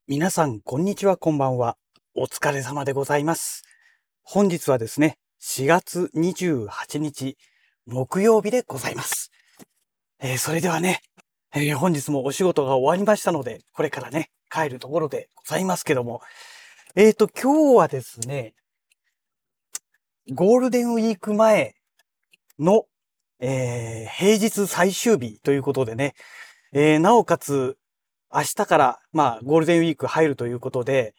皆さん、こんにちは、こんばんは。お疲れ様でございます。本日はですね、4月28日、木曜日でございます。それではね、本日もお仕事が終わりましたので、これからね、帰るところでございますけども、今日はですね、ゴールデンウィーク前の、平日最終日ということでね、なおかつ、明日から、ゴールデンウィーク入るということで、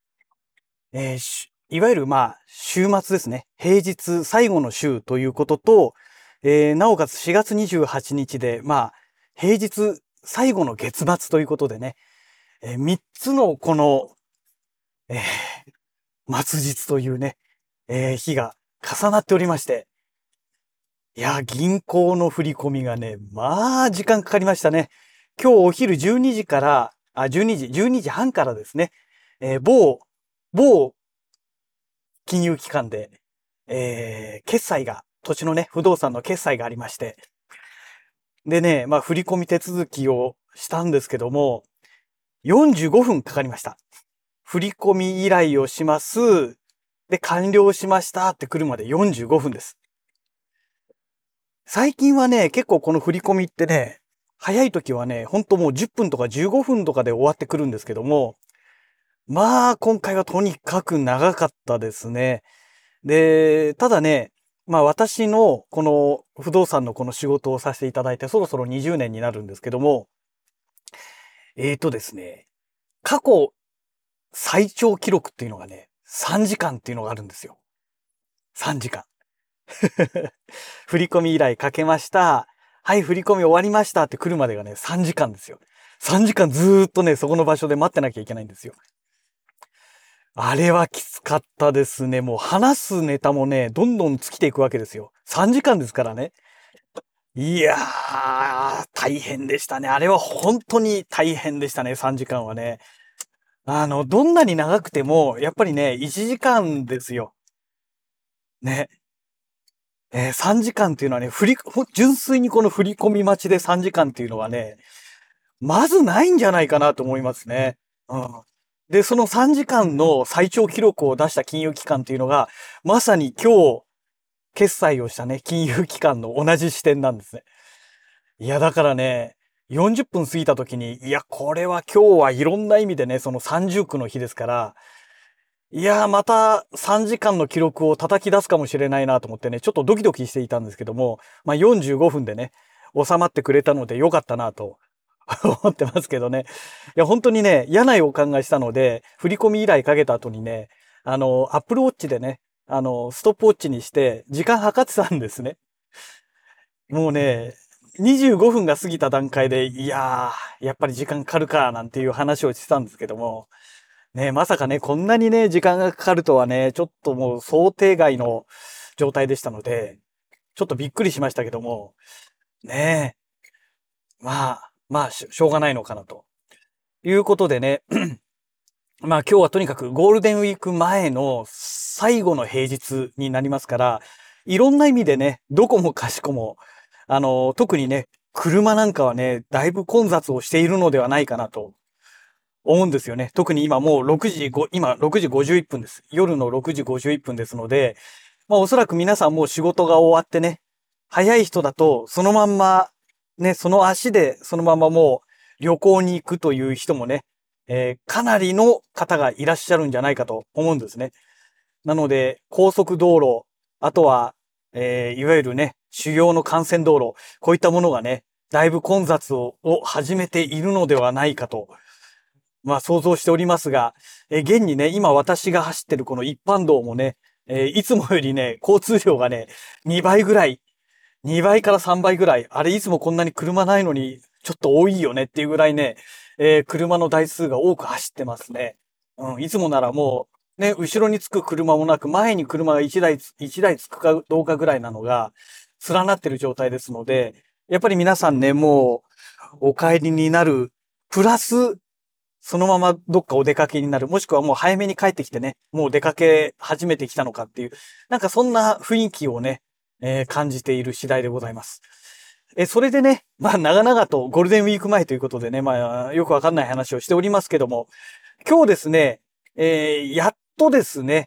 いわゆる週末ですね。平日最後の週ということと、なおかつ4月28日で、平日最後の月末ということでね、3つのこの、え末日というね、日が重なっておりまして、いや、銀行の振り込みがね、時間かかりましたね。今日お昼12時から、12時半からですね、某金融機関で、決済が、土地のね、不動産の決済がありまして、でね、振り込み手続きをしたんですけども、45分かかりました。振り込み依頼をします。で、完了しましたって来るまで45分です。最近はね、結構この振り込みってね、早い時はね、ほんともう10分とか15分とかで終わってくるんですけども、今回はとにかく長かったですね。で、ただね、私のこの不動産のこの仕事をさせていただいてそろそろ20年になるんですけども、ですね、過去最長記録っていうのがね、3時間っていうのがあるんですよ。3時間。振り込み依頼かけました。はい、振り込み終わりましたって来るまでがね、3時間ですよ。3時間ずーっとね、そこの場所で待ってなきゃいけないんですよ。あれはきつかったですね。もう話すネタもね、どんどん尽きていくわけですよ。3時間ですからね。いやー、大変でしたね。あれは本当に大変でしたね、3時間はね。どんなに長くても、やっぱりね、1時間ですよ。ね。3時間っていうのはね、純粋にこの振り込み待ちで3時間っていうのはね、まずないんじゃないかなと思いますね。うん。で、その3時間の最長記録を出した金融機関っていうのが、まさに今日、決済をしたね、金融機関の同じ視点なんですね。いや、だからね、40分過ぎた時に、いや、これは今日はいろんな意味でね、その30区の日ですから、いや、また3時間の記録を叩き出すかもしれないなと思ってね、ちょっとドキドキしていたんですけども、45分でね、収まってくれたのでよかったなと思ってますけどね。いや、本当にね、嫌な予感がしたので、振り込み依頼かけた後にね、アップルウォッチでね、ストップウォッチにして、時間計ってたんですね。もうね、25分が過ぎた段階で、いややっぱり時間かかるか、なんていう話をしてたんですけども、ね、まさかね、こんなにね、時間がかかるとはね、ちょっともう想定外の状態でしたので、ちょっとびっくりしましたけども、ねしょうがないのかなと。いうことでね、今日はとにかくゴールデンウィーク前の最後の平日になりますから、いろんな意味でね、どこもかしこも、特にね、車なんかはね、だいぶ混雑をしているのではないかなと思うんですよね。特に今もう今6時51分です。夜の6時51分ですので、おそらく皆さんもう仕事が終わってね、早い人だとそのまんま、ね、その足でそのままもう旅行に行くという人もね、かなりの方がいらっしゃるんじゃないかと思うんですね。なので、高速道路、あとは、いわゆるね、主要の幹線道路、こういったものがね、だいぶ混雑を始めているのではないかと、想像しておりますが、現にね、今私が走ってるこの一般道もね、いつもよりね、交通量がね、2倍ぐらい、2倍から3倍ぐらい、あれいつもこんなに車ないのに、ちょっと多いよねっていうぐらいね、車の台数が多く走ってますね。うん、いつもならもう、ね、後ろにつく車もなく、前に車が1台つくかどうかぐらいなのが、連なってる状態ですので、やっぱり皆さんね、もう、お帰りになる、プラス、そのままどっかお出かけになる。もしくはもう早めに帰ってきてね、もう出かけ始めてきたのかっていう、なんかそんな雰囲気をね、感じている次第でございます。それでね、長々とゴールデンウィーク前ということでね、よくわかんない話をしておりますけども、 今日ですね、やっとですね、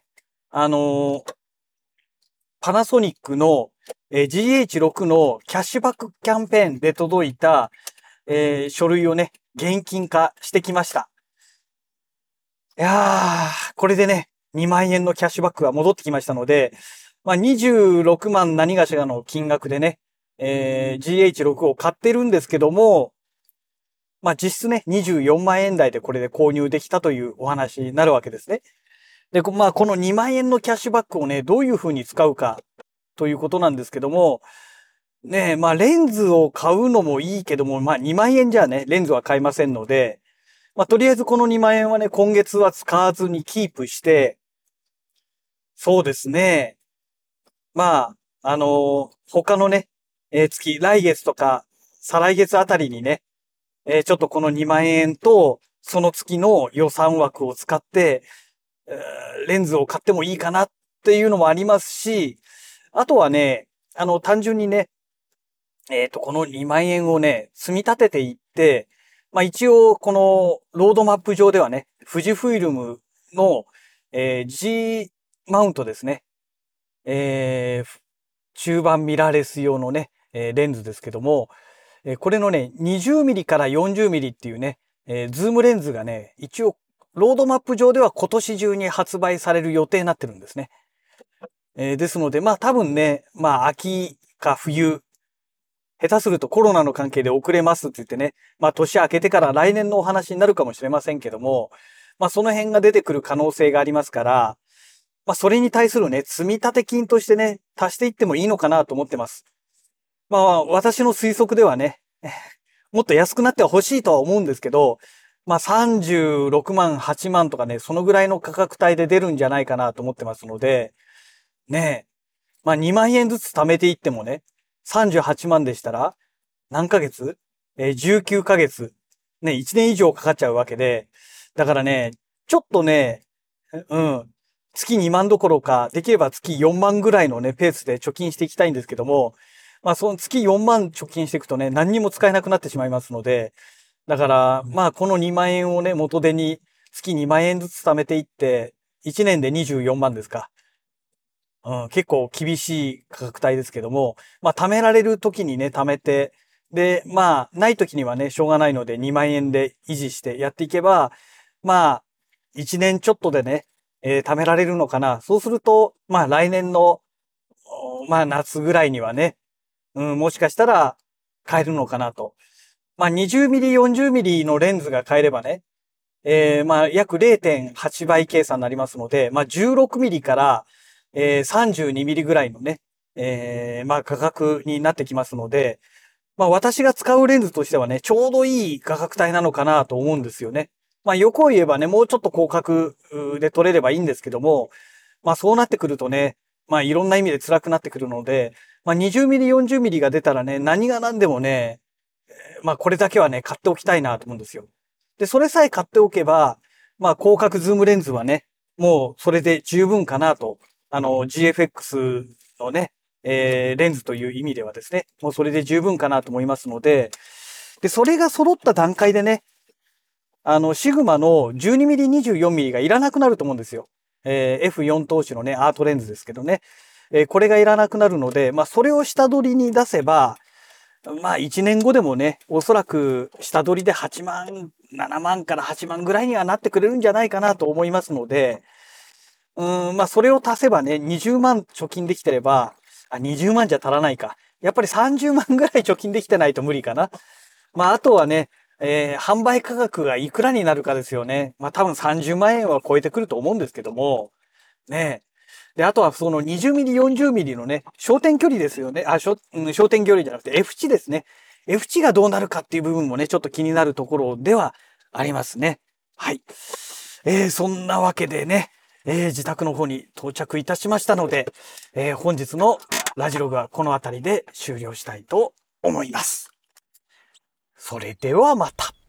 パナソニックの、GH6 のキャッシュバックキャンペーンで届いた、書類をね、現金化してきました。いやー、これでね、2万円のキャッシュバックが戻ってきましたので、まあ、26万何がしらの金額でね、GH6 を買ってるんですけども、まあ、実質ね、24万円台でこれで購入できたというお話になるわけですね。で、まあ、この2万円のキャッシュバックをね、どういう風に使うかということなんですけども、ねえ、まあ、レンズを買うのもいいけども、まあ、2万円じゃね、レンズは買いませんので、まあ、とりあえずこの2万円はね、今月は使わずにキープして、そうですね。まあ、他のね、月、来月とか、再来月あたりにね、ちょっとこの2万円と、その月の予算枠を使って、レンズを買ってもいいかなっていうのもありますし、あとはね、単純にね、この2万円をね、積み立てていって、まあ一応、このロードマップ上ではね、富士フイルムの、G マウントですね。中盤ミラーレス用のね、レンズですけども、これのね、20ミリから40ミリっていうね、ズームレンズがね、一応、ロードマップ上では今年中に発売される予定になってるんですね。ですので、まあ多分ね、まあ秋か冬、下手するとコロナの関係で遅れますって言ってね、まあ年明けてから来年のお話になるかもしれませんけども、まあその辺が出てくる可能性がありますから、まあそれに対するね、積立金としてね、足していってもいいのかなと思ってます。まあ私の推測ではね、もっと安くなってほしいとは思うんですけど、まあ36万、8万とかね、そのぐらいの価格帯で出るんじゃないかなと思ってますので、ねえ、まあ2万円ずつ貯めていってもね、38万でしたら、何ヶ月19ヶ月。ね、1年以上かかっちゃうわけで、だからね、ちょっとね、うん、月2万どころか、できれば月4万ぐらいのね、ペースで貯金していきたいんですけども、まあその月4万貯金していくとね、何にも使えなくなってしまいますので、だから、まあこの2万円をね、元手に月2万円ずつ貯めていって、1年で24万ですか。うん、結構厳しい価格帯ですけども、まあ、貯められる時にね、貯めて、で、まあ、ない時にはね、しょうがないので2万円で維持してやっていけば、まあ、1年ちょっとでね、貯められるのかな。そうすると、まあ、来年の、まあ、夏ぐらいにはね、うん、もしかしたら買えるのかなと。まあ、20ミリ、40ミリのレンズが買えればね、まあ、約0.8倍計算になりますので、まあ、16ミリから、32ミリぐらいのね、まあ、価格になってきますので、まあ、私が使うレンズとしてはね、ちょうどいい価格帯なのかなと思うんですよね。まあ、横を言えばね、もうちょっと広角で撮れればいいんですけども、まあ、そうなってくるとね、まあ、いろんな意味で辛くなってくるので、まあ、20ミリ、40ミリが出たらね、何が何でもね、まあ、これだけはね、買っておきたいなと思うんですよ。で、それさえ買っておけば、まあ、広角ズームレンズはね、もうそれで十分かなと。GFX のね、レンズという意味ではですね、もうそれで十分かなと思いますので、で、それが揃った段階でね、シグマの 12mm、24mm がいらなくなると思うんですよ。F4 投資のね、アートレンズですけどね。これがいらなくなるので、まあ、それを下取りに出せば、まあ1年後でもね、おそらく下取りで8万、7万から8万ぐらいにはなってくれるんじゃないかなと思いますので、まあそれを足せばね、20万貯金できてれば、20万じゃ足らないか。やっぱり30万ぐらい貯金できてないと無理かな。まああとはね、販売価格がいくらになるかですよね。まあ多分30万円は超えてくると思うんですけども、ね。で、あとはその20ミリ、40ミリのね、焦点距離ですよね。焦点距離じゃなくて F 値ですね。F 値がどうなるかっていう部分もね、ちょっと気になるところではありますね。はい。そんなわけでね、自宅の方に到着いたしましたので、本日のラジログはこの辺りで終了したいと思います。それではまた。